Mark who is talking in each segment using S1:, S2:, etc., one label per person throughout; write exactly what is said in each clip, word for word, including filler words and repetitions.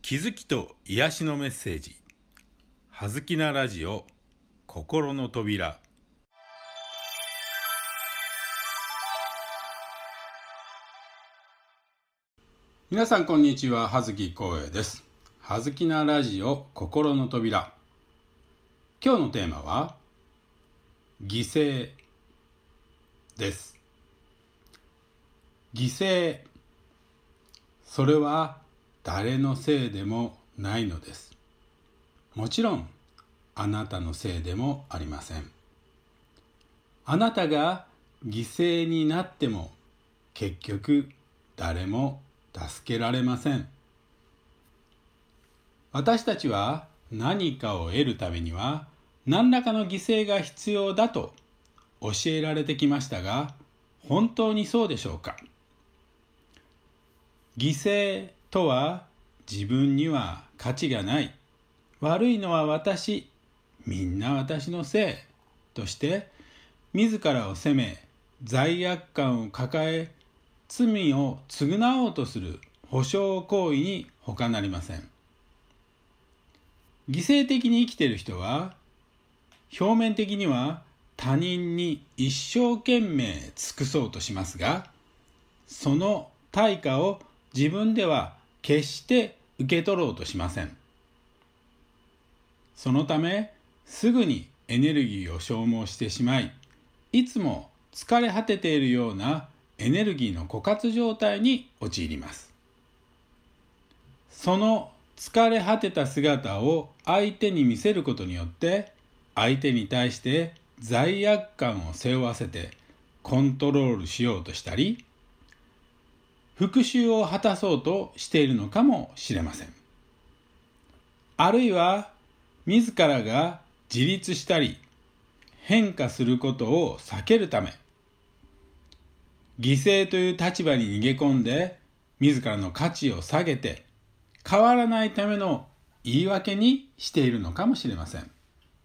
S1: 気づきと癒しのメッセージ、はずきなラジオ心の扉。皆さんこんにちは、葉月光栄です。はずきなラジオ心の扉。今日のテーマは犠牲です。犠牲、それは誰のせいでもないのです。もちろんあなたのせいでもありません。あなたが犠牲になっても結局誰も助けられません。私たちは何かを得るためには何らかの犠牲が必要だと教えられてきましたが、本当にそうでしょうか？犠牲とは自分には価値がない、悪いのは私、みんな私のせいとして自らを責め、罪悪感を抱え、罪を償おうとする保証行為に他なりません。犠牲的に生きている人は表面的には他人に一生懸命尽くそうとしますが、その対価を自分では決して受け取ろうとしません。そのためすぐにエネルギーを消耗してしまい、いつも疲れ果てているようなエネルギーの枯渇状態に陥ります。その疲れ果てた姿を相手に見せることによって、相手に対して罪悪感を背負わせてコントロールしようとしたり、復讐を果たそうとしているのかもしれません。あるいは自らが自立したり変化することを避けるため、犠牲という立場に逃げ込んで自らの価値を下げて変わらないための言い訳にしているのかもしれません。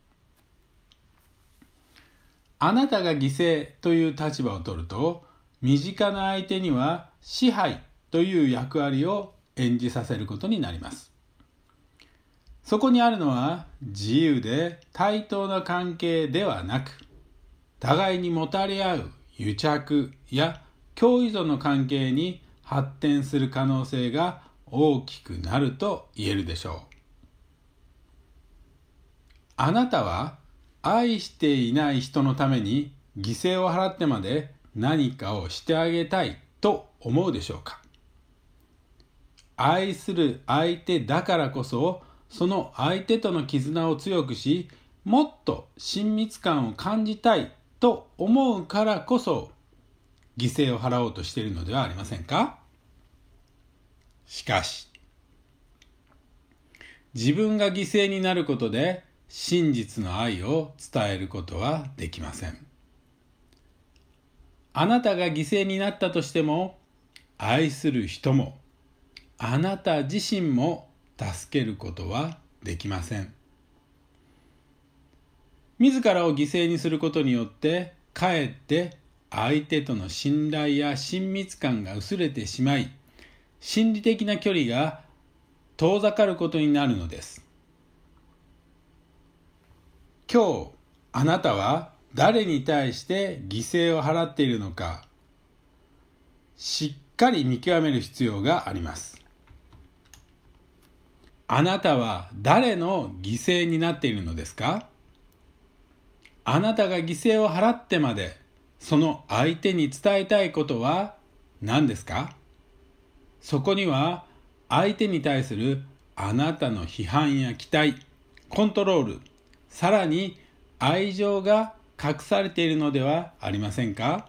S1: あなたが犠牲という立場を取ると、身近な相手には支配という役割を演じさせることになります。そこにあるのは自由で対等な関係ではなく、互いにもたれ合う癒着や共依存の関係に発展する可能性が大きくなると言えるでしょう。あなたは愛していない人のために犠牲を払ってまで何かをしてあげたいと思うでしょうか？愛する相手だからこそ、その相手との絆を強くし、もっと親密感を感じたいと思うからこそ犠牲を払おうとしているのではありませんか？しかし、自分が犠牲になることで真実の愛を伝えることはできません。あなたが犠牲になったとしても、愛する人もあなた自身も助けることはできません。自らを犠牲にすることによってかえって相手との信頼や親密感が薄れてしまい、心理的な距離が遠ざかることになるのです。今日あなたは誰に対して犠牲を払っているのか、しっかり見極める必要があります。あなたは誰の犠牲になっているのですか？あなたが犠牲を払ってまでその相手に伝えたいことは何ですか？そこには相手に対するあなたの批判や期待、コントロール、さらに愛情が隠されているのではありませんか？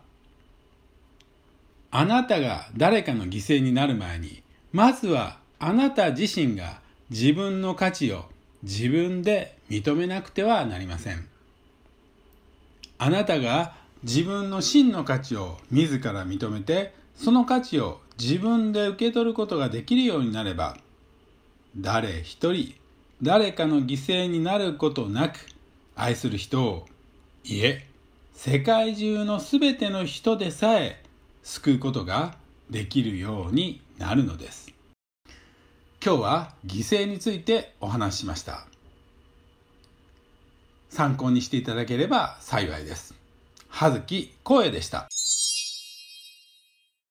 S1: あなたが誰かの犠牲になる前に、まずはあなた自身が自分の価値を自分で認めなくてはなりません。あなたが自分の真の価値を自ら認めて、その価値を自分で受け取ることができるようになれば、誰一人誰かの犠牲になることなく、愛する人を、いえ、世界中のすべての人でさえ救うことができるようになるのです。 今日は犠牲についてお話ししました。参考にしていただければ幸いです。葉月光栄でした。